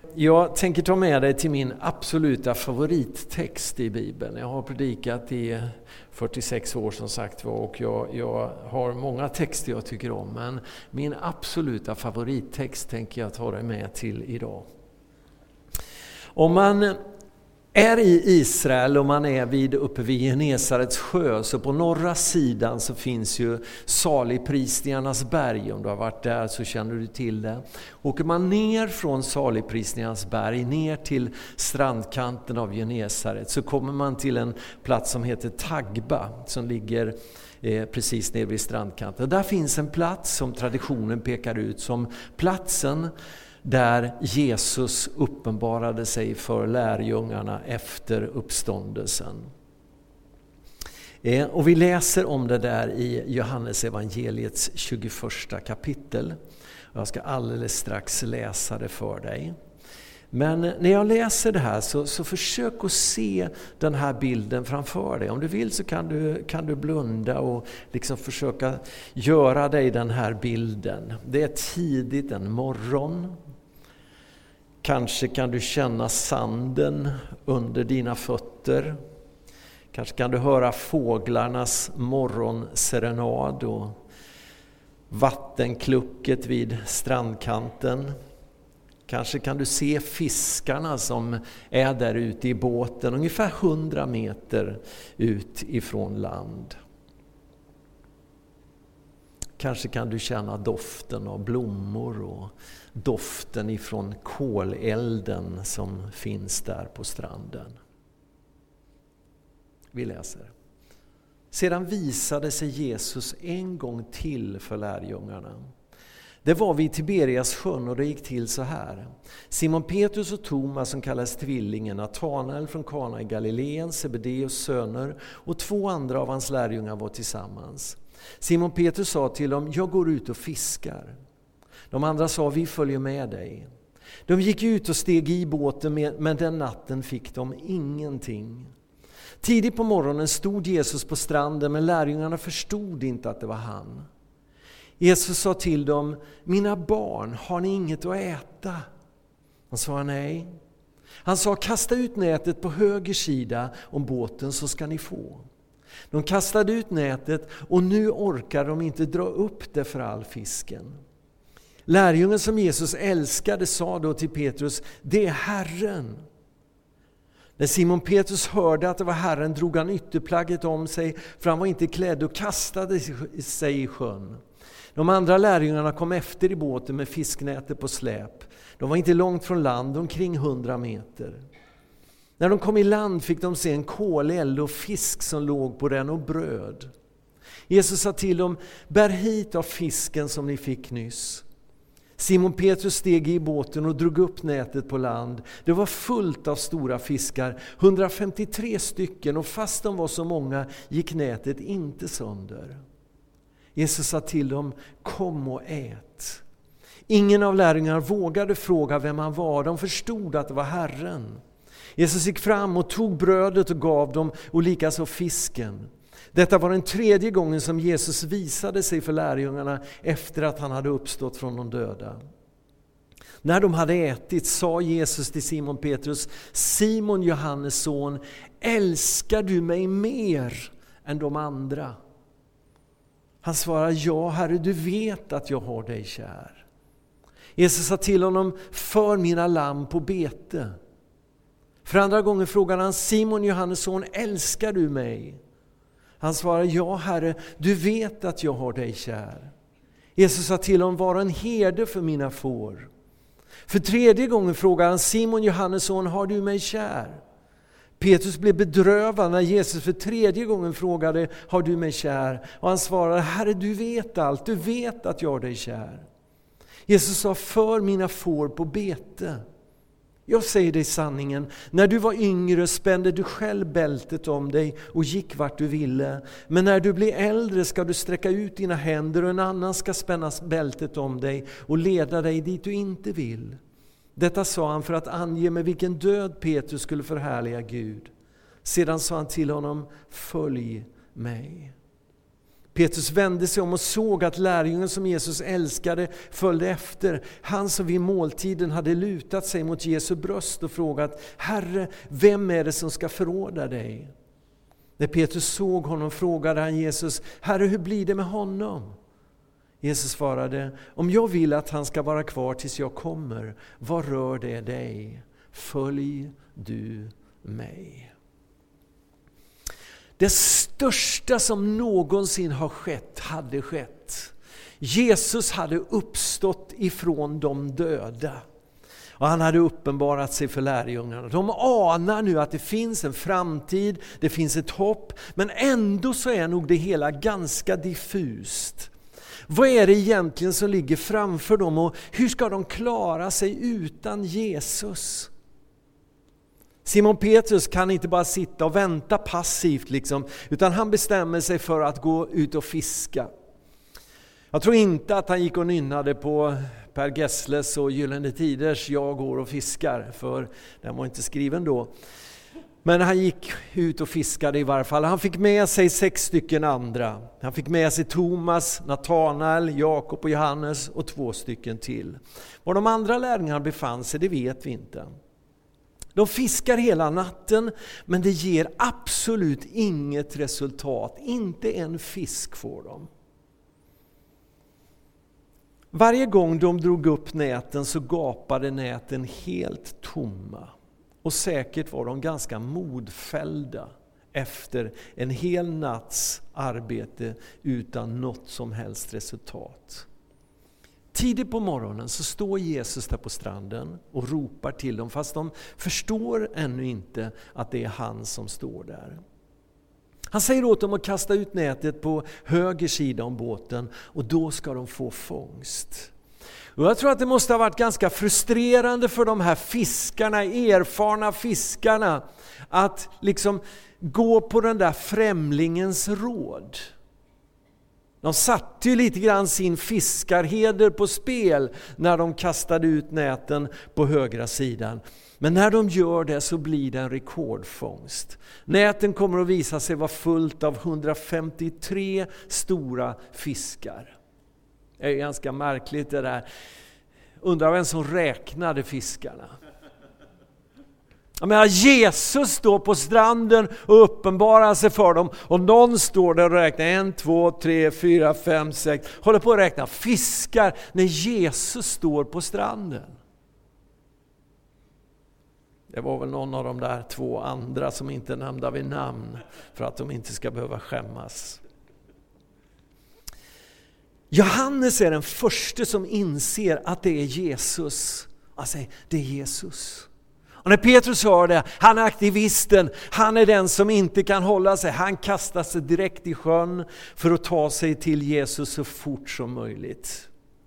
jag tänker ta med dig till min absoluta favorittext i Bibeln. Jag har predikat i 46 år som sagt var, och jag har många texter jag tycker om. Men min absoluta favorittext tänker jag ta dig med till idag. Om man är i Israel och man är uppe vid Genesarets sjö, så på norra sidan så finns ju Saligprisningarnas berg. Om du har varit där så känner du till det. Åker man ner från Saligprisningarnas berg ner till strandkanten av Genesaret, så kommer man till en plats som heter Tagba, som ligger precis nere vid strandkanten. Där finns en plats som traditionen pekar ut som platsen där Jesus uppenbarade sig för lärjungarna efter uppståndelsen. Och vi läser om det där i Johannes evangeliets 21 kapitel. Jag ska alldeles strax läsa det för dig. Men när jag läser det här så försök att se den här bilden framför dig. Om du vill så kan du blunda och liksom försöka göra dig den här bilden. Det är tidigt en morgon. Kanske kan du känna sanden under dina fötter. Kanske kan du höra fåglarnas morgonserenad och vattenklucket vid strandkanten. Kanske kan du se fiskarna som är där ute i båten ungefär 100 meter ut ifrån land. Kanske kan du känna doften av blommor och doften ifrån kolelden som finns där på stranden. Vi läser. Sedan visade sig Jesus en gång till för lärjungarna. Det var vid Tiberias sjön, och det gick till så här. Simon Petrus och Thomas, som kallas tvillingen, Natanael från Kana i Galileen, Sebedeus söner, och 2 andra av hans lärjungar var tillsammans. Simon Petrus sa till dem: jag går ut och fiskar. De andra sa: vi följer med dig. De gick ut och steg i båten, men den natten fick de ingenting. Tidigt på morgonen stod Jesus på stranden, men lärjungarna förstod inte att det var han. Jesus sa till dem: mina barn, har ni inget att äta? De sa nej. Han sa: kasta ut nätet på höger sida om båten så ska ni få. De kastade ut nätet, och nu orkar de inte dra upp det för all fisken. Lärjungen som Jesus älskade sa då till Petrus: det är Herren. När Simon Petrus hörde att det var Herren drog han ytterplagget om sig, för han var inte klädd, och kastade sig i sjön. De andra lärjungarna kom efter i båten med fisknätet på släp. De var inte långt från land, omkring 100 meter. När de kom i land fick de se en koleld och fisk som låg på den, och bröd. Jesus sa till dem: bär hit av fisken som ni fick nyss. Simon Petrus steg i båten och drog upp nätet på land. Det var fullt av stora fiskar, 153 stycken, och fast de var så många gick nätet inte sönder. Jesus sa till dem: kom och ät. Ingen av lärjungarna vågade fråga vem han var. De förstod att det var Herren. Jesus gick fram och tog brödet och gav dem, och likaså fisken. Detta var den 3:e gången som Jesus visade sig för lärjungarna efter att han hade uppstått från de döda. När de hade ätit sa Jesus till Simon Petrus: Simon, Johannes son, älskar du mig mer än de andra? Han svarade: ja, Herre, du vet att jag har dig kär. Jesus sa till honom: för mina lamm på bete. För andra gången frågade han: Simon, Johannes son, älskar du mig? Han svarade: ja, Herre, du vet att jag har dig kär. Jesus sa till honom: var en herde för mina får. För 3:e gången frågade han: Simon, Johannes son, har du mig kär? Petrus blev bedrövad när Jesus för 3:e gången frågade: har du mig kär? Och han svarade: Herre, du vet allt, du vet att jag har dig kär. Jesus sa: för mina får på bete. Jag säger dig sanningen, när du var yngre spände du själv bältet om dig och gick vart du ville. Men när du blir äldre ska du sträcka ut dina händer, och en annan ska spänna bältet om dig och leda dig dit du inte vill. Detta sa han för att ange med vilken död Petrus skulle förhärliga Gud. Sedan sa han till honom: följ mig. Petrus vände sig om och såg att lärjungen som Jesus älskade följde efter. Han som vid måltiden hade lutat sig mot Jesu bröst och frågat: Herre, vem är det som ska förråda dig? När Petrus såg honom frågade han Jesus: Herre, hur blir det med honom? Jesus svarade: om jag vill att han ska vara kvar tills jag kommer, vad rör det dig? Följ du mig. Det största som någonsin har skett hade skett. Jesus hade uppstått ifrån de döda. Och han hade uppenbarat sig för lärjungarna. De anar nu att det finns en framtid, det finns ett hopp. Men ändå så är nog det hela ganska diffust. Vad är det egentligen som ligger framför dem och hur ska de klara sig utan Jesus? Simon Petrus kan inte bara sitta och vänta passivt utan han bestämmer sig för att gå ut och fiska. Jag tror inte att han gick och nynnade på Per Gessles och Gyllene Tiders Jag går och fiskar, för den var inte skriven då. Men han gick ut och fiskade i varje fall. Han fick med sig 6 stycken andra. Han fick med sig Thomas, Natanael, Jakob och Johannes och 2 stycken till. Var de andra lärjungarna befann sig, det vet vi inte. De fiskar hela natten, men det ger absolut inget resultat. Inte en fisk får de. Varje gång de drog upp näten så gapade näten helt tomma. Och säkert var de ganska modfällda efter en hel natts arbete utan något som helst resultat. Tidigt på morgonen så står Jesus där på stranden och ropar till dem, fast de förstår ännu inte att det är han som står där. Han säger åt dem att kasta ut nätet på höger sida om båten och då ska de få fångst. Och jag tror att det måste ha varit ganska frustrerande för de här fiskarna, erfarna fiskarna, att gå på den där främlingens råd. De satte ju lite grann sin fiskarheder på spel när de kastade ut näten på högra sidan. Men när de gör det så blir det en rekordfångst. Näten kommer att visa sig vara fullt av 153 stora fiskar. Det är ganska märkligt det där. Undrar vem som räknade fiskarna. Jag menar, Jesus står på stranden och uppenbarar sig för dem. Och någon står där och räknar 1, 2, 3, 4, 5, 6. Håller på att räkna fiskar när Jesus står på stranden. Det var väl någon av de där 2 andra som inte nämnde vid namn för att de inte ska behöva skämmas. Johannes är den första som inser att det är Jesus. Alltså, det är Jesus. Och när Petrus hör det, han är aktivisten, han är den som inte kan hålla sig. Han kastar sig direkt i sjön för att ta sig till Jesus så fort som möjligt.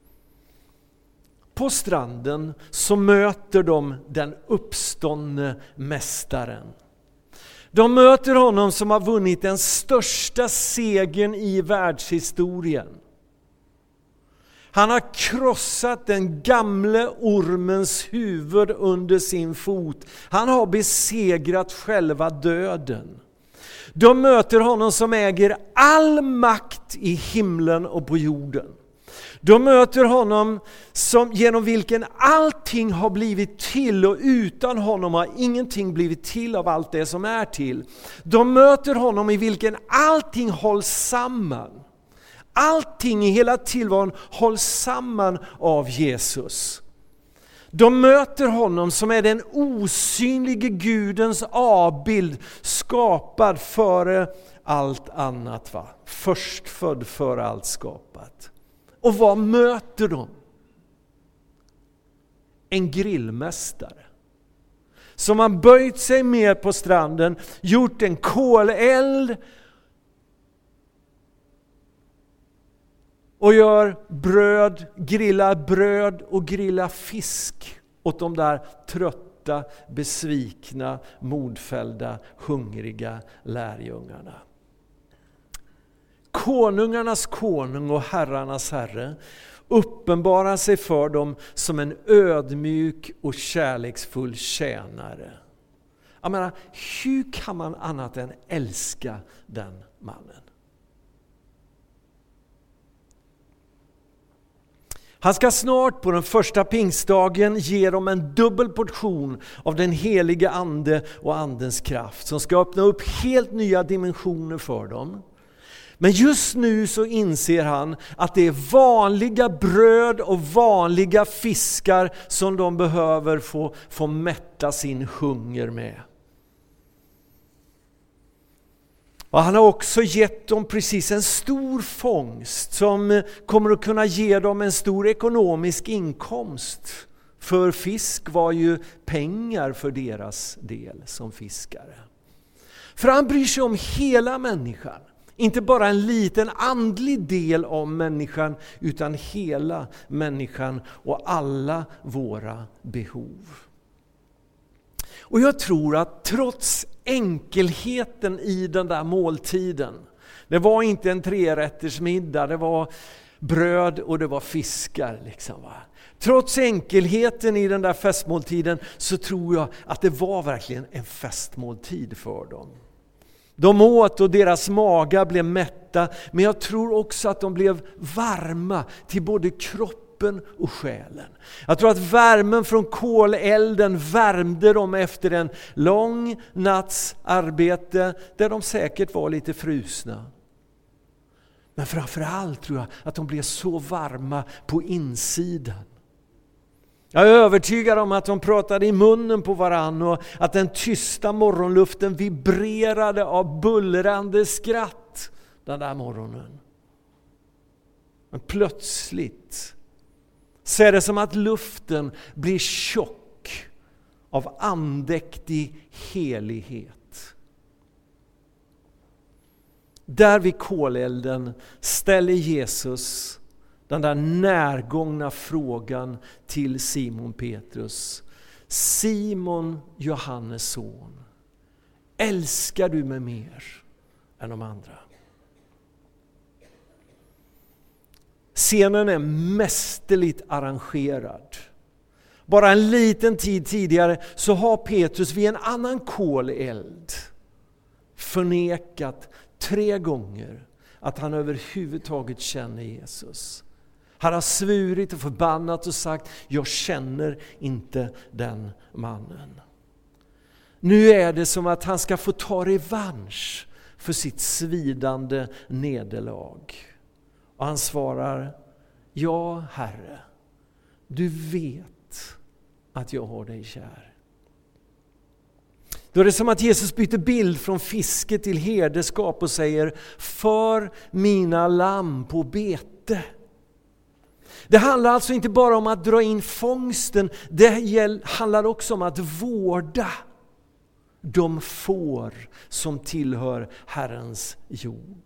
På stranden så möter de den uppståndne mästaren. De möter honom som har vunnit den största segern i världshistorien. Han har krossat den gamle ormens huvud under sin fot. Han har besegrat själva döden. De möter honom som äger all makt i himlen och på jorden. De möter honom som genom vilken allting har blivit till och utan honom har ingenting blivit till av allt det som är till. De möter honom i vilken allting hålls samman. Allting i hela tillvaron hålls samman av Jesus. De möter honom som är den osynlige Gudens avbild, skapad före allt annat. Förstfödd före allt skapat. Och vad möter de? En grillmästare. Som har böjt sig ner på stranden, gjort en koleld och gör bröd, grillar bröd och grillar fisk åt de där trötta, besvikna, modfällda, hungriga lärjungarna. Konungarnas konung och herrarnas herre uppenbarar sig för dem som en ödmjuk och kärleksfull tjänare. Jag menar, hur kan man annat än älska den mannen? Han ska snart på den första pingstdagen ge dem en dubbel portion av den heliga ande och andens kraft som ska öppna upp helt nya dimensioner för dem. Men just nu så inser han att det är vanliga bröd och vanliga fiskar som de behöver få mätta sin hunger med. Och han har också gett dem precis en stor fångst som kommer att kunna ge dem en stor ekonomisk inkomst. För fisk var ju pengar för deras del som fiskare. För han bryr sig om hela människan. Inte bara en liten andlig del av människan utan hela människan och alla våra behov. Och jag tror att trots enkelheten i den där måltiden, det var inte en 3-rättersmiddag, det var bröd och det var fiskar liksom, va? Trots enkelheten i den där festmåltiden så tror jag att det var verkligen en festmåltid för dem. De åt och deras magar blev mätta, men jag tror också att de blev varma till både kroppen och själen. Jag tror att värmen från kolelden värmde dem efter en lång natts arbete där de säkert var lite frusna. Men framförallt tror jag att de blev så varma på insidan. Jag är övertygad om att de pratade i munnen på varann och att den tysta morgonluften vibrerade av bullrande skratt den där morgonen. Men plötsligt så är det som att luften blir tjock av andäktig helighet. Där vid kolelden ställer Jesus den där närgångna frågan till Simon Petrus. Simon, Johannes son, älskar du mig mer än de andra? Scenen är mästerligt arrangerad. Bara en liten tid tidigare så har Petrus vid en annan koleld förnekat 3 gånger att han överhuvudtaget känner Jesus. Han har svurit och förbannat och sagt, jag känner inte den mannen. Nu är det som att han ska få ta revansch för sitt svidande nederlag. Och han svarar, ja Herre, du vet att jag har dig kär. Då är det som att Jesus byter bild från fiske till herdeskap och säger, för mina lamm på bete. Det handlar alltså inte bara om att dra in fångsten, det handlar också om att vårda de får som tillhör Herrens jord.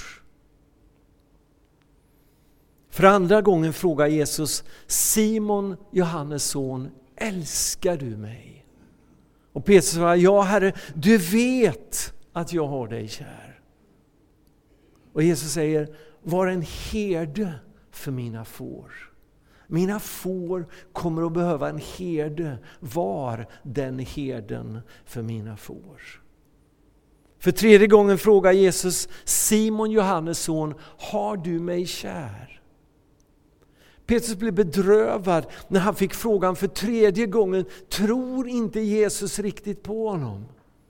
För andra gången frågar Jesus, Simon, Johannes son, älskar du mig? Och Petrus svarar, ja Herre, du vet att jag har dig kär. Och Jesus säger, var en herde för mina får. Mina får kommer att behöva en herde. Var den herden för mina får. För 3:e gången frågar Jesus, Simon, Johannes son, har du mig kär? Petrus blev bedrövad när han fick frågan för 3:e gången. Tror inte Jesus riktigt på honom?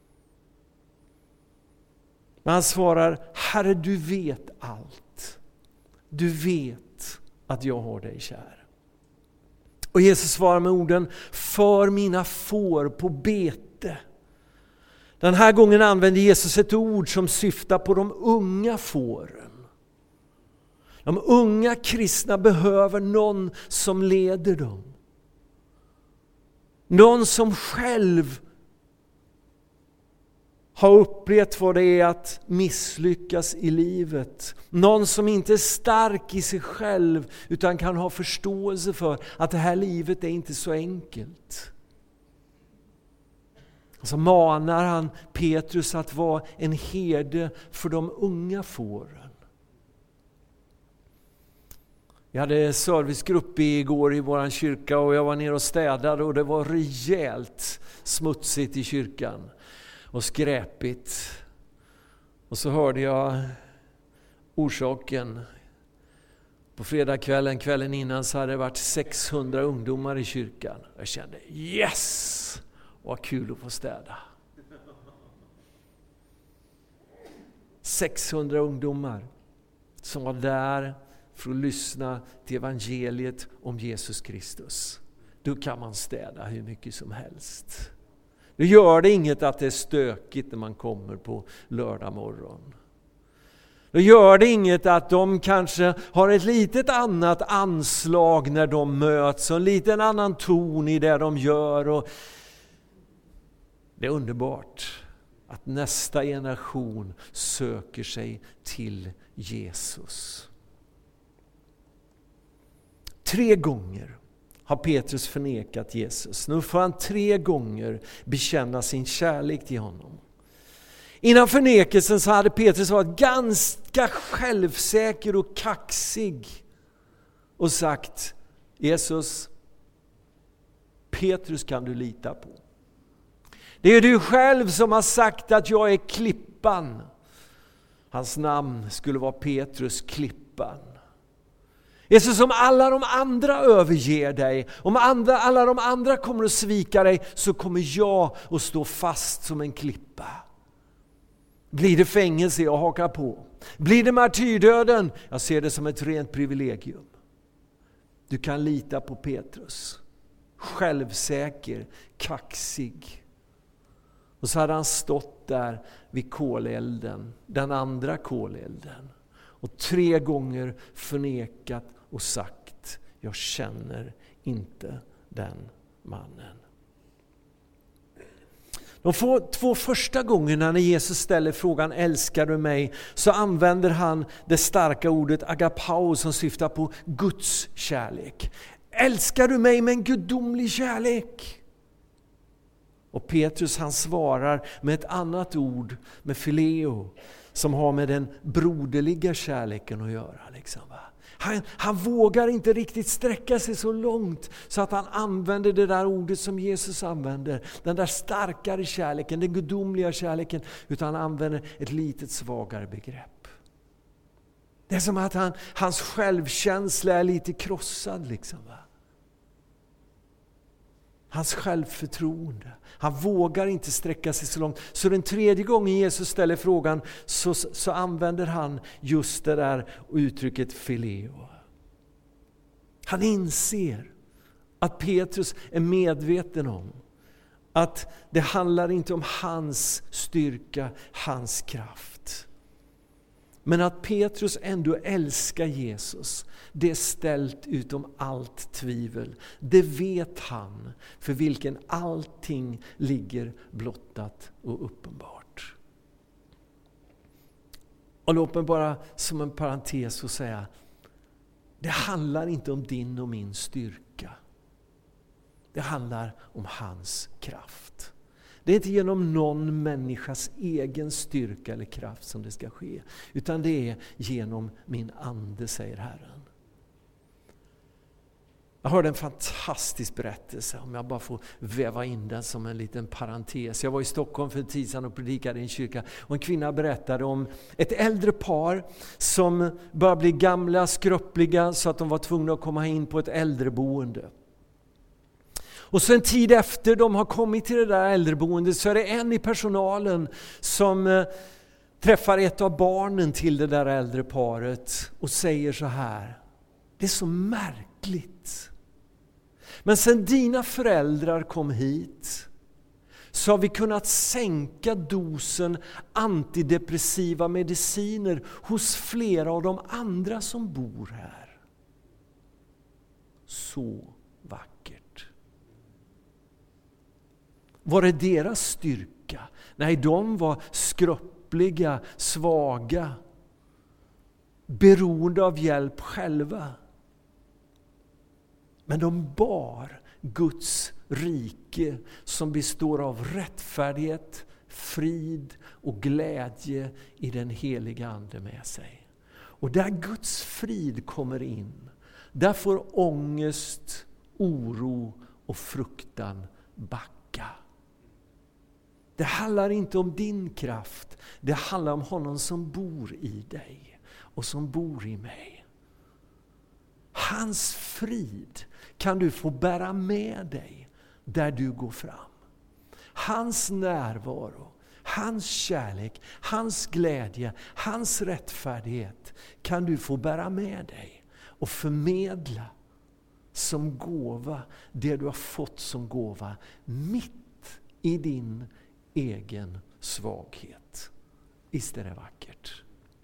Men han svarar, Herre, du vet allt. Du vet att jag har dig kär. Och Jesus svarar med orden, för mina får på bete. Den här gången använder Jesus ett ord som syftar på de unga fåren. De unga kristna behöver någon som leder dem. Någon som själv har upplevt vad det är att misslyckas i livet. Någon som inte är stark i sig själv utan kan ha förståelse för att det här livet är inte så enkelt. Och så manar han Petrus att vara en herde för de unga fåren. Jag hade servicegrupp igår i vår kyrka och jag var nere och städade och det var rejält smutsigt i kyrkan och skräpigt. Och så hörde jag orsaken. På fredagskvällen, kvällen innan, så hade det varit 600 ungdomar i kyrkan. Jag kände, yes! Vad kul att få städa. 600 ungdomar som var där för att lyssna till evangeliet om Jesus Kristus. Då kan man städa hur mycket som helst. Då gör det inget att det är stökigt när man kommer på lördag morgon. Då gör det inget att de kanske har ett litet annat anslag när de möts och en liten annan ton i det de gör. Och det är underbart att nästa generation söker sig till Jesus. 3 gånger har Petrus förnekat Jesus. Nu får han 3 gånger bekänna sin kärlek till honom. Innan förnekelsen så hade Petrus varit ganska självsäker och kaxig och sagt: Jesus, Petrus kan du lita på. Det är du själv som har sagt att jag är klippan. Hans namn skulle vara Petrus, klippan. Jesus, om alla de andra överger dig, om alla de andra kommer att svika dig, så kommer jag att stå fast som en klippa. Blir det fängelse, jag hakar på. Blir det martyrdöden, jag ser det som ett rent privilegium. Du kan lita på Petrus. Självsäker, kaxig. Och så hade han stått där vid kolelden, den andra kolelden. Och 3 gånger förnekat och sagt: jag känner inte den mannen. De 2 första gångerna när Jesus ställer frågan älskar du mig, så använder han det starka ordet agapao som syftar på Guds kärlek. Älskar du mig med en gudomlig kärlek? Och Petrus han svarar med ett annat ord, med phileo, som har med den broderliga kärleken att göra. Liksom, va? Han vågar inte riktigt sträcka sig så långt så att han använder det där ordet som Jesus använder. Den där starkare kärleken, den gudomliga kärleken. Utan han använder ett litet svagare begrepp. Det är som att hans självkänsla är lite krossad. Liksom, va? Hans självförtroende. Han vågar inte sträcka sig så långt. Så den 3:e gången Jesus ställer frågan så använder han just det där uttrycket phileo. Han inser att Petrus är medveten om att det handlar inte om hans styrka, hans kraft. Men att Petrus ändå älskar Jesus, det är ställt utom allt tvivel. Det vet han, för vilken allting ligger blottat och uppenbart. Och låt mig bara som en parentes och säga, det handlar inte om din och min styrka. Det handlar om hans kraft. Det är inte genom någon människas egen styrka eller kraft som det ska ske. Utan det är genom min ande, säger Herren. Jag hörde en fantastisk berättelse, om jag bara får väva in den som en liten parentes. Jag var i Stockholm för en tid sedan och predikade i en kyrka. Och en kvinna berättade om ett äldre par som började bli gamla, skröpliga, så att de var tvungna att komma in på ett äldreboende. Och så en tid efter de har kommit till det där äldreboendet så är det en i personalen som träffar ett av barnen till det där äldre paret och säger så här: det är så märkligt. Men sen dina föräldrar kom hit så har vi kunnat sänka dosen antidepressiva mediciner hos flera av de andra som bor här. Så vackert. Var det deras styrka? Nej, de var skröpliga, svaga, beroende av hjälp själva. Men de bar Guds rike som består av rättfärdighet, frid och glädje i den heliga ande med sig. Och där Guds frid kommer in, där får ångest, oro och fruktan backa. Det handlar inte om din kraft, det handlar om honom som bor i dig och som bor i mig. Hans frid kan du få bära med dig där du går fram. Hans närvaro, hans kärlek, hans glädje, hans rättfärdighet kan du få bära med dig och förmedla som gåva det du har fått som gåva mitt i din egen svaghet. Visst är det vackert?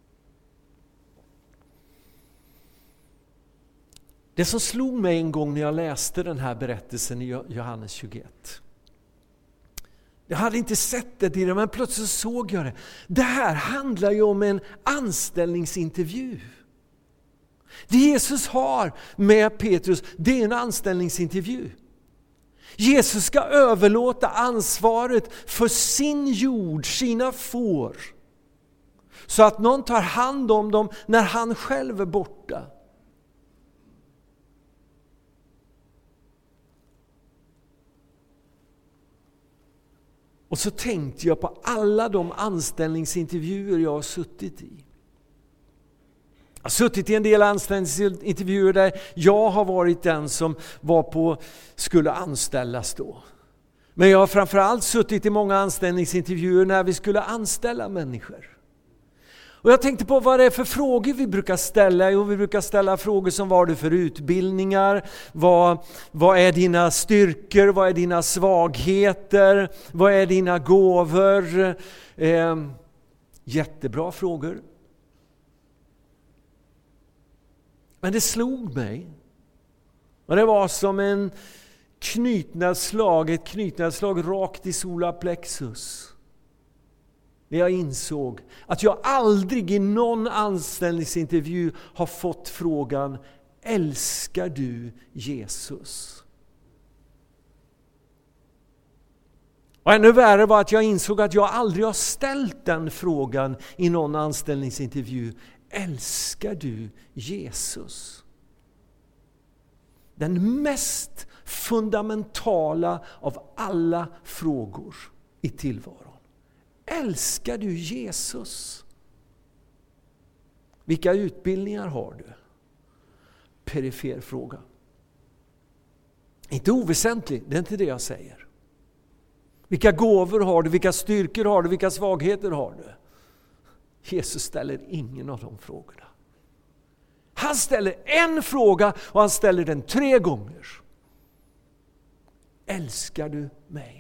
Det som slog mig en gång när jag läste den här berättelsen i Johannes 21. Jag hade inte sett det tidigare, men plötsligt såg jag det. Det här handlar ju om en anställningsintervju. Det Jesus har med Petrus, det är en anställningsintervju. Jesus ska överlåta ansvaret för sin jord, sina får. Så att någon tar hand om dem när han själv är borta. Och så tänkte jag på alla de anställningsintervjuer jag har suttit i. Jag har suttit i en del anställningsintervjuer där jag har varit den som skulle anställas då. Men jag har framförallt suttit i många anställningsintervjuer när vi skulle anställa människor. Och jag tänkte på vad det är för frågor vi brukar ställa. Jo, vi brukar ställa frågor som: vad har du för utbildningar? Vad är dina styrkor? Vad är dina svagheter? Vad är dina gåvor? Jättebra frågor. Men det slog mig. Och det var som ett knytnävsslag rakt i solarplexus. När jag insåg att jag aldrig i någon anställningsintervju har fått frågan: älskar du Jesus? Och ännu värre var att jag insåg att jag aldrig har ställt den frågan i någon anställningsintervju. Älskar du Jesus? Den mest fundamentala av alla frågor i tillvaron. Älskar du Jesus? Vilka utbildningar har du? Perifer fråga. Inte oväsentlig, det är inte det jag säger. Vilka gåvor har du? Vilka styrkor har du? Vilka svagheter har du? Jesus ställer ingen av de frågorna. Han ställer en fråga och han ställer den 3 gånger. Älskar du mig?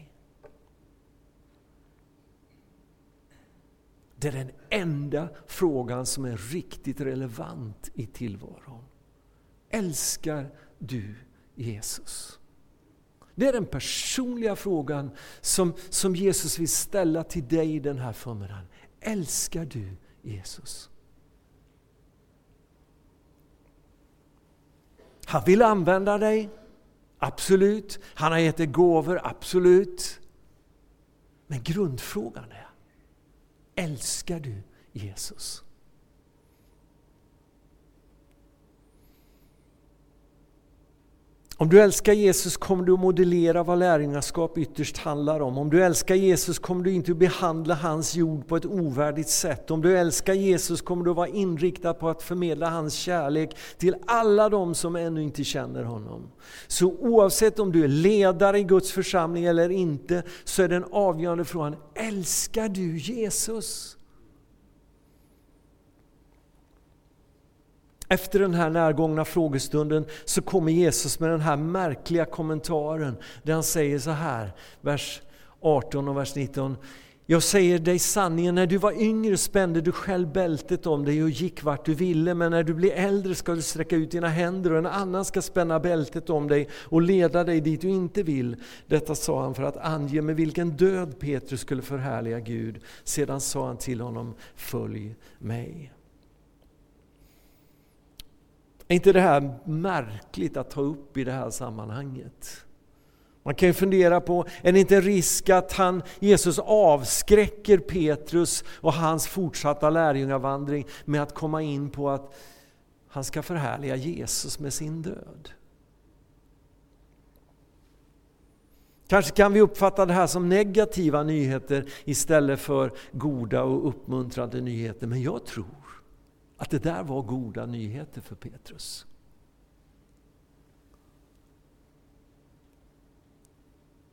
Det är den enda frågan som är riktigt relevant i tillvaron. Älskar du Jesus? Det är den personliga frågan som Jesus vill ställa till dig den här förmiddagen. Älskar du Jesus? Han vill använda dig, absolut. Han har gett dig gåvor, absolut. Men grundfrågan är: älskar du Jesus? Om du älskar Jesus kommer du att modellera vad lärjungaskap ytterst handlar om. Om du älskar Jesus kommer du inte att behandla hans jord på ett ovärdigt sätt. Om du älskar Jesus kommer du att vara inriktad på att förmedla hans kärlek till alla de som ännu inte känner honom. Så oavsett om du är ledare i Guds församling eller inte, så är den avgörande frågan: älskar du Jesus? Efter den här närgångna frågestunden så kommer Jesus med den här märkliga kommentaren där han säger så här, vers 18 och vers 19. Jag säger dig sanningen, när du var yngre spände du själv bältet om dig och gick vart du ville, men när du blir äldre ska du sträcka ut dina händer och en annan ska spänna bältet om dig och leda dig dit du inte vill. Detta sa han för att ange med vilken död Petrus skulle förhärliga Gud. Sedan sa han till honom: följ mig. Är inte det här märkligt att ta upp i det här sammanhanget? Man kan ju fundera på, är det inte en risk att Jesus avskräcker Petrus och hans fortsatta lärjungavandring med att komma in på att han ska förhärliga Jesus med sin död? Kanske kan vi uppfatta det här som negativa nyheter istället för goda och uppmuntrande nyheter. Men jag tror att det där var goda nyheter för Petrus.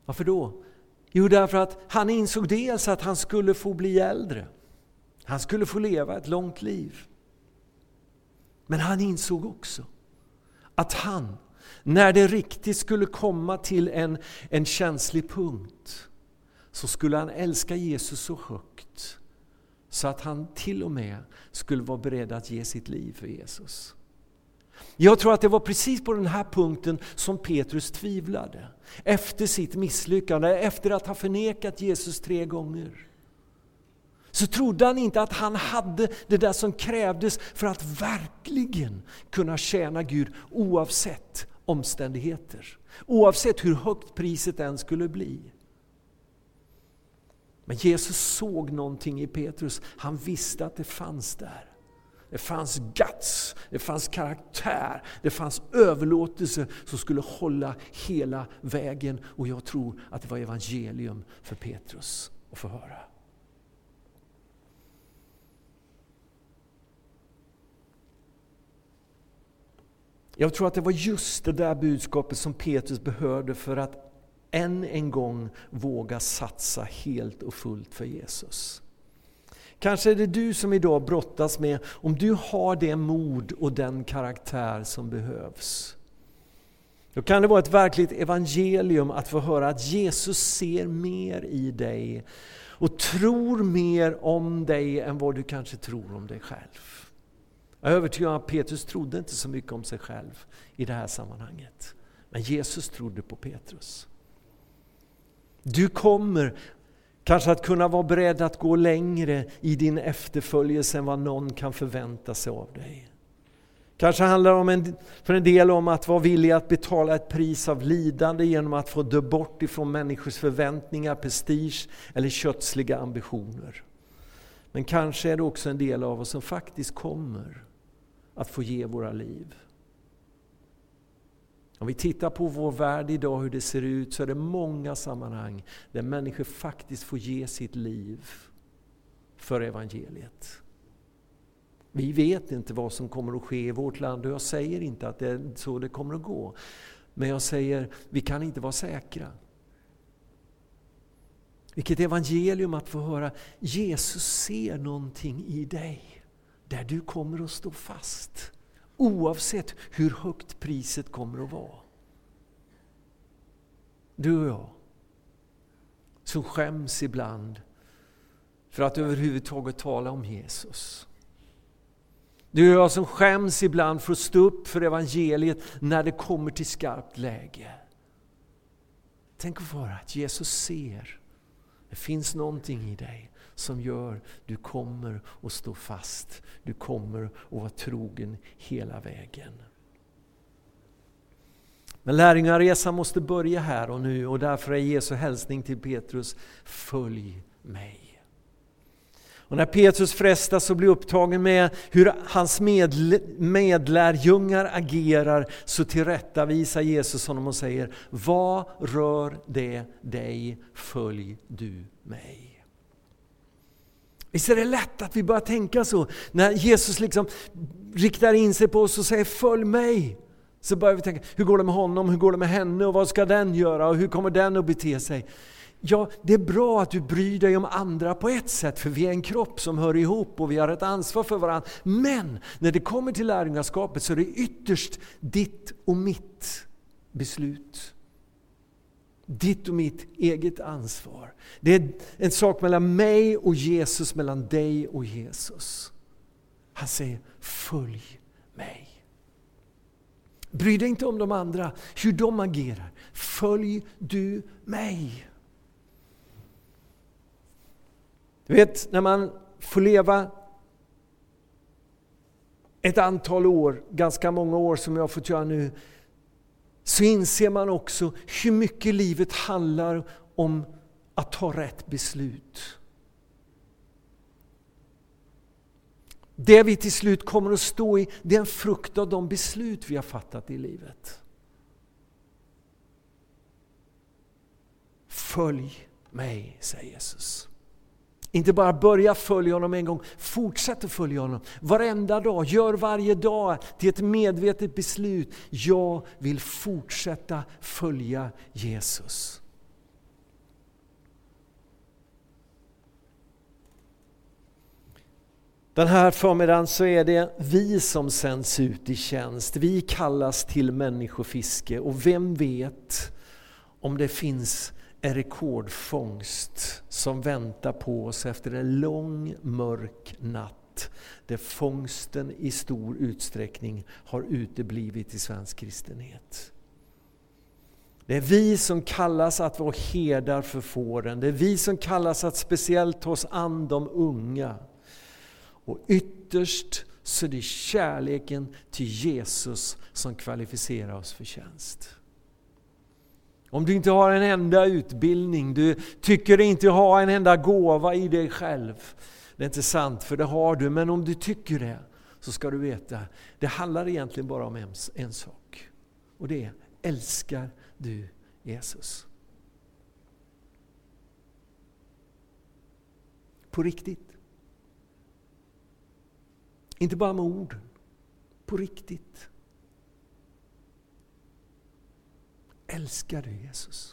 Varför då? Jo, därför att han insåg dels att han skulle få bli äldre. Han skulle få leva ett långt liv. Men han insåg också att han, när det riktigt skulle komma till en känslig punkt, så skulle han älska Jesus så högt så att han till och med skulle vara beredd att ge sitt liv för Jesus. Jag tror att det var precis på den här punkten som Petrus tvivlade. Efter sitt misslyckande, efter att ha förnekat Jesus 3 gånger. Så trodde han inte att han hade det där som krävdes för att verkligen kunna tjäna Gud oavsett omständigheter. Oavsett hur högt priset än skulle bli. Men Jesus såg någonting i Petrus. Han visste att det fanns där. Det fanns guts, det fanns karaktär, det fanns överlåtelse som skulle hålla hela vägen. Och jag tror att det var evangelium för Petrus att få höra. Jag tror att det var just det där budskapet som Petrus behövde för att än en gång våga satsa helt och fullt för Jesus. Kanske är det du som idag brottas med, om du har det mod och den karaktär som behövs. Då kan det vara ett verkligt evangelium att få höra att Jesus ser mer i dig och tror mer om dig än vad du kanske tror om dig själv. Jag är övertygad om att Petrus trodde inte så mycket om sig själv i det här sammanhanget. Men Jesus trodde på Petrus. Du kommer kanske att kunna vara beredd att gå längre i din efterföljelse än vad någon kan förvänta sig av dig. Kanske handlar det för en del om att vara villig att betala ett pris av lidande genom att få dö bort ifrån människors förväntningar, prestige eller kötsliga ambitioner. Men kanske är det också en del av oss som faktiskt kommer att få ge våra liv. Om vi tittar på vår värld idag, hur det ser ut, så är det många sammanhang där människor faktiskt får ge sitt liv för evangeliet. Vi vet inte vad som kommer att ske i vårt land och jag säger inte att det är så det kommer att gå. Men jag säger, vi kan inte vara säkra. Vilket evangelium att få höra, Jesus ser någonting i dig där du kommer att stå fast. Oavsett hur högt priset kommer att vara. Du och jag som skäms ibland för att överhuvudtaget tala om Jesus. Du och jag som skäms ibland för att stå upp för evangeliet när det kommer till skarpt läge. Tänk att få höra att Jesus ser. Det finns någonting i dig som gör du kommer att stå fast. Du kommer att vara trogen hela vägen. Men lärjungaresan måste börja här och nu och därför är Jesu hälsning till Petrus: följ mig. Och när Petrus frestas så blir upptagen med hur hans medlärjungar agerar, så tillrättavisar Jesus honom och säger: vad rör det dig, följ du mig. Visst är det lätt att vi börjar tänka så. När Jesus liksom riktar in sig på oss och säger följ mig, så börjar vi tänka, hur går det med honom, hur går det med henne och vad ska den göra och hur kommer den att bete sig? Ja, det är bra att du bryr dig om andra på ett sätt, för vi är en kropp som hör ihop och vi har ett ansvar för varandra. Men när det kommer till lärjungaskapet så är det ytterst ditt och mitt beslut. Ditt och mitt eget ansvar. Det är en sak mellan mig och Jesus, mellan dig och Jesus. Han säger, följ mig. Bry dig inte om de andra, hur de agerar. Följ du mig. Du vet, när man får leva ett antal år, ganska många år som jag har fått göra nu, så inser man också hur mycket livet handlar om att ta rätt beslut. Det vi till slut kommer att stå i, det är en frukt av de beslut vi har fattat i livet. Följ mig, säger Jesus. Inte bara börja följa honom en gång, fortsätt att följa honom. Varenda dag, gör varje dag till ett medvetet beslut. Jag vill fortsätta följa Jesus. Den här förmiddagen så är det vi som sänds ut i tjänst. Vi kallas till människofiske och vem vet om det finns en rekordfångst som väntar på oss efter en lång mörk natt där fångsten i stor utsträckning har uteblivit i svensk kristenhet. Det är vi som kallas att vara herdar för fåren. Det är vi som kallas att speciellt ta oss an de unga. Och ytterst så är det kärleken till Jesus som kvalificerar oss för tjänst. Om du inte har en enda utbildning, du tycker dig inte ha en enda gåva i dig själv. Det är inte sant, för det har du. Men om du tycker det så ska du veta, det handlar egentligen bara om en sak. Och det är, älskar du Jesus? På riktigt. Inte bara med orden. På riktigt. Älskar du Jesus?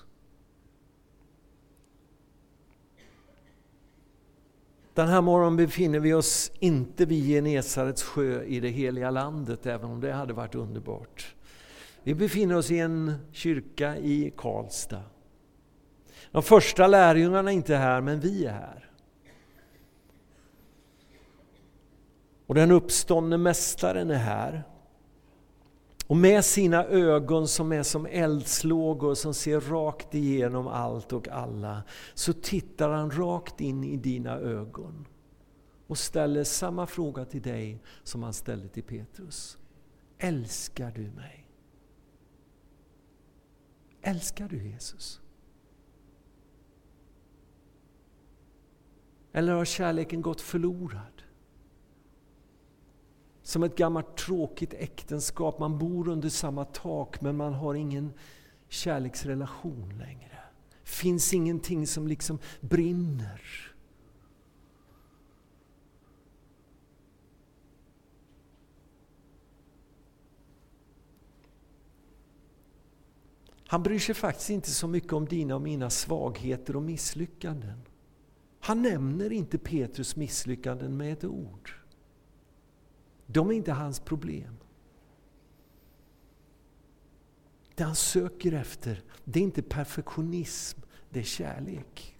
Den här morgonen befinner vi oss inte vid Genesarets sjö i det heliga landet, även om det hade varit underbart. Vi befinner oss i en kyrka i Karlstad. De första lärjungarna är inte här, men vi är här. Och den uppståndne mästaren är här. Och med sina ögon som är som eldslågor som ser rakt igenom allt och alla, så tittar han rakt in i dina ögon och ställer samma fråga till dig som han ställde till Petrus. Älskar du mig? Älskar du Jesus? Eller har kärleken gått förlorad? Som ett gammalt tråkigt äktenskap. Man bor under samma tak men man har ingen kärleksrelation längre. Finns ingenting som liksom brinner. Han bryr sig faktiskt inte så mycket om dina och mina svagheter och misslyckanden. Han nämner inte Petrus misslyckanden med ett ord. De är inte hans problem. Det han söker efter, det är inte perfektionism, det är kärlek.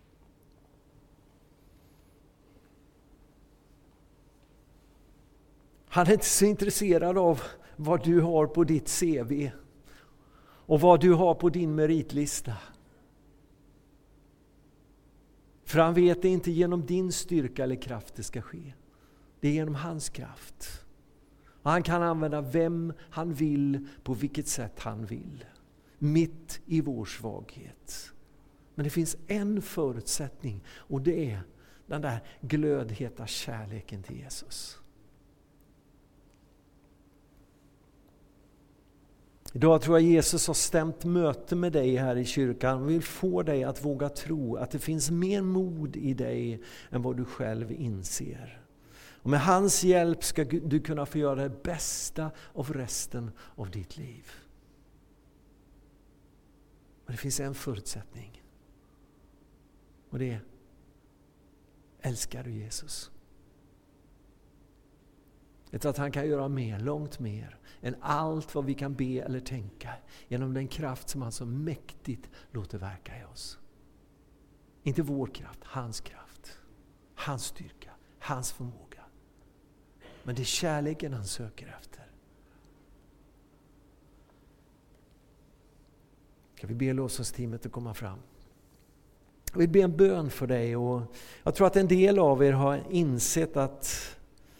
Han är inte så intresserad av vad du har på ditt CV och vad du har på din meritlista. För han vet det inte genom din styrka eller kraft det ska ske. Det är genom hans kraft. Och han kan använda vem han vill på vilket sätt han vill. Mitt i vår svaghet. Men det finns en förutsättning och det är den där glödheta kärleken till Jesus. Idag tror jag Jesus har stämt möte med dig här i kyrkan. Han vill få dig att våga tro att det finns mer mod i dig än vad du själv inser. Och med hans hjälp ska du kunna få göra det bästa av resten av ditt liv. Men det finns en förutsättning. Och det är, älskar du Jesus? Jag tror att han kan göra mer, långt mer än allt vad vi kan be eller tänka genom den kraft som han så mäktigt låter verka i oss. Inte vår kraft, hans styrka, hans förmåga. Men det är kärleken han söker efter. Ska vi be lovsångsteamet att komma fram? Jag vill be en bön för dig och jag tror att en del av er har insett att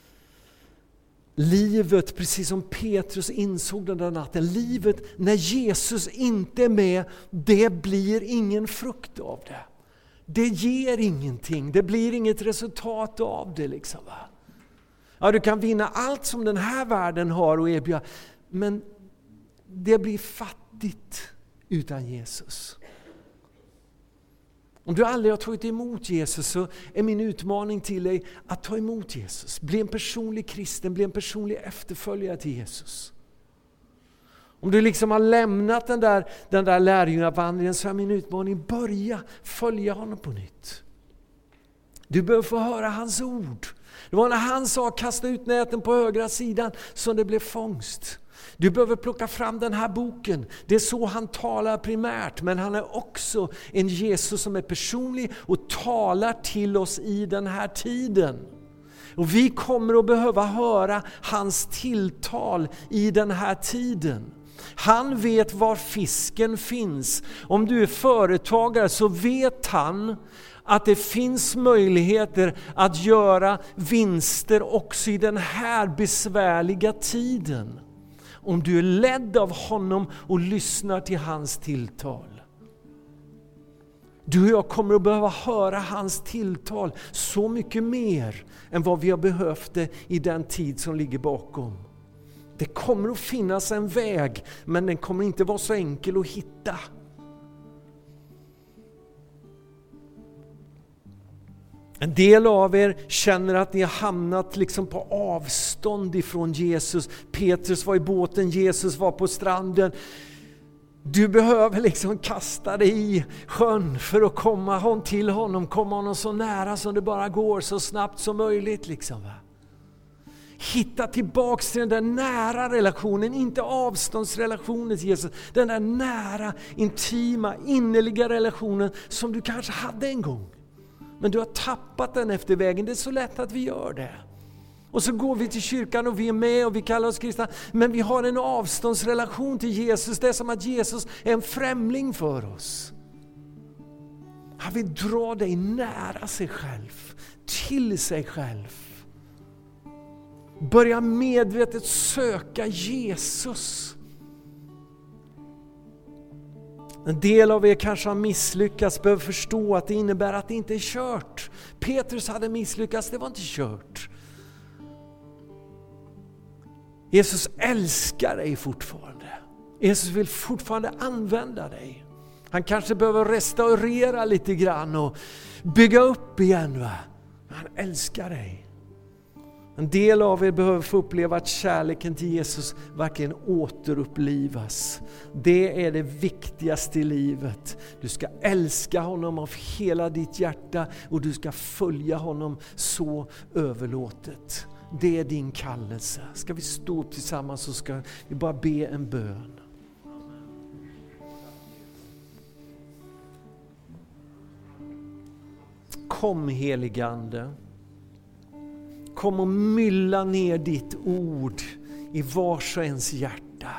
livet, precis som Petrus insåg den där natten, livet när Jesus inte är med, det blir ingen frukt av det. Det ger ingenting, det blir inget resultat av det liksom, va? Ja, du kan vinna allt som den här världen har och erbjuda, men det blir fattigt utan Jesus. Om du aldrig har tagit emot Jesus så är min utmaning till dig att ta emot Jesus. Bli en personlig kristen, bli en personlig efterföljare till Jesus. Om du liksom har lämnat den där lärjungavandringen så är min utmaning, börja följa honom på nytt. Du behöver få höra hans ord. Det var när han sa kasta ut näten på högra sidan som det blev fångst. Du behöver plocka fram den här boken. Det är så han talar primärt. Men han är också en Jesus som är personlig och talar till oss i den här tiden. Och vi kommer att behöva höra hans tilltal i den här tiden. Han vet var fisken finns. Om du är företagare så vet han att det finns möjligheter att göra vinster också i den här besvärliga tiden. Om du är ledd av honom och lyssnar till hans tilltal. Du och jag kommer att behöva höra hans tilltal så mycket mer än vad vi har behövt det i den tid som ligger bakom. Det kommer att finnas en väg, men den kommer inte vara så enkel att hitta. En del av er känner att ni har hamnat liksom på avstånd ifrån Jesus. Petrus var i båten, Jesus var på stranden. Du behöver liksom kasta dig i sjön för att komma till honom. Komma honom så nära som det bara går, så snabbt som möjligt. Liksom, va? Hitta tillbaks till den där nära relationen, inte avståndsrelationen till Jesus. Den där nära, intima, innerliga relationen som du kanske hade en gång. Men du har tappat den efter vägen. Det är så lätt att vi gör det. Och så går vi till kyrkan och vi är med och vi kallar oss kristna. Men vi har en avståndsrelation till Jesus. Det är som att Jesus är en främling för oss. Han vill dra dig nära sig själv. Till sig själv. Börja medvetet söka Jesus. En del av er kanske har misslyckats, behöver förstå att det innebär att det inte är kört. Petrus hade misslyckats, det var inte kört. Jesus älskar dig fortfarande. Jesus vill fortfarande använda dig. Han kanske behöver restaurera lite grann och bygga upp igen. Va? Men han älskar dig. En del av er behöver få uppleva att kärleken till Jesus verkligen återupplivas. Det är det viktigaste i livet. Du ska älska honom av hela ditt hjärta och du ska följa honom så överlåtet. Det är din kallelse. Ska vi stå upp tillsammans så ska vi bara be en bön. Kom helige Ande. Kom och mylla ner ditt ord i vars och ens hjärta.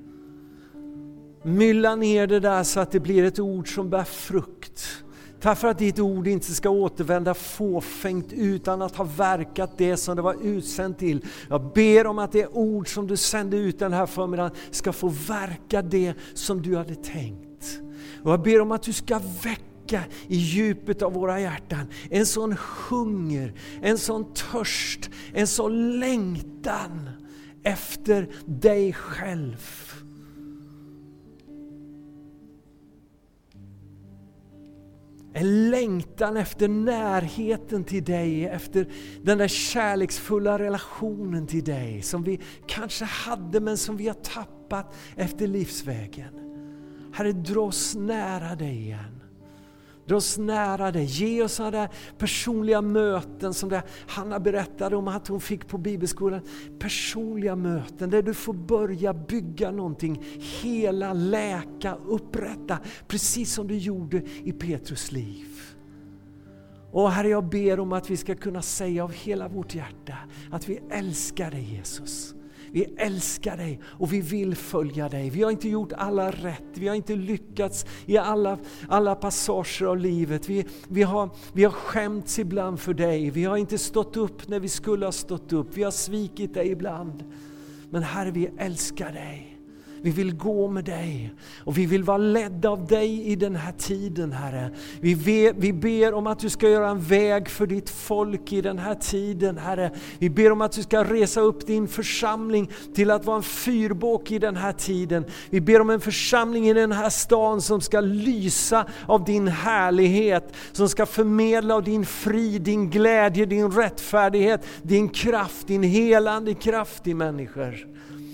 Mylla ner det där så att det blir ett ord som bär frukt. Därför att ditt ord inte ska återvända fåfängt utan att ha verkat det som det var utsänt till. Jag ber om att det ord som du sände ut den här förmiddagen ska få verka det som du hade tänkt. Och jag ber om att du ska väcka i djupet av våra hjärtan en sån hunger, en sån törst, en sån längtan efter dig själv. En längtan efter närheten till dig, efter den där kärleksfulla relationen till dig som vi kanske hade men som vi har tappat efter livsvägen. Herre, dra oss nära dig igen. Dra oss nära dig. Ge oss sådana personliga möten som det Hanna berättade om att hon fick på bibelskolan. Personliga möten där du får börja bygga någonting. Hela, läka, upprätta. Precis som du gjorde i Petrus liv. Och Herre, jag ber om att vi ska kunna säga av hela vårt hjärta att vi älskar dig, Jesus. Vi älskar dig och vi vill följa dig. Vi har inte gjort alla rätt. Vi har inte lyckats i alla passager av livet. Vi har skämts ibland för dig. Vi har inte stått upp när vi skulle ha stått upp. Vi har svikit dig ibland. Men Herre, vi älskar dig. Vi vill gå med dig och vi vill vara ledda av dig i den här tiden, Herre. Vi ber om att du ska göra en väg för ditt folk i den här tiden, Herre. Vi ber om att du ska resa upp din församling till att vara en fyrbåk i den här tiden. Vi ber om en församling i den här stan som ska lysa av din härlighet, som ska förmedla av din frid, din glädje, din rättfärdighet, din kraft, din helande kraft i människor.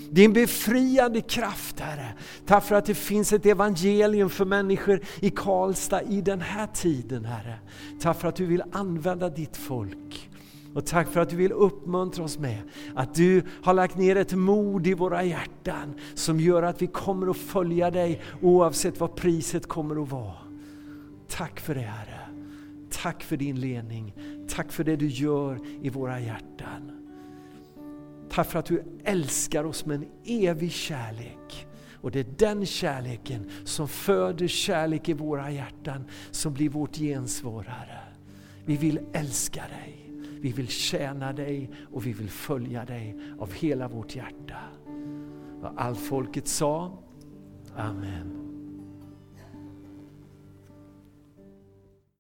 Din befriande kraft, Herre. Tack för att det finns ett evangelium för människor i Karlstad i den här tiden, Herre. Tack för att du vill använda ditt folk. Och tack för att du vill uppmuntra oss med att du har lagt ner ett mod i våra hjärtan som gör att vi kommer att följa dig oavsett vad priset kommer att vara. Tack för det, Herre. Tack för din ledning. Tack för det du gör i våra hjärtan. Tack för att du älskar oss med en evig kärlek. Och det är den kärleken som föder kärlek i våra hjärtan som blir vårt gensvar, Herre. Vi vill älska dig. Vi vill tjäna dig och vi vill följa dig av hela vårt hjärta. Och allt folket sa, amen.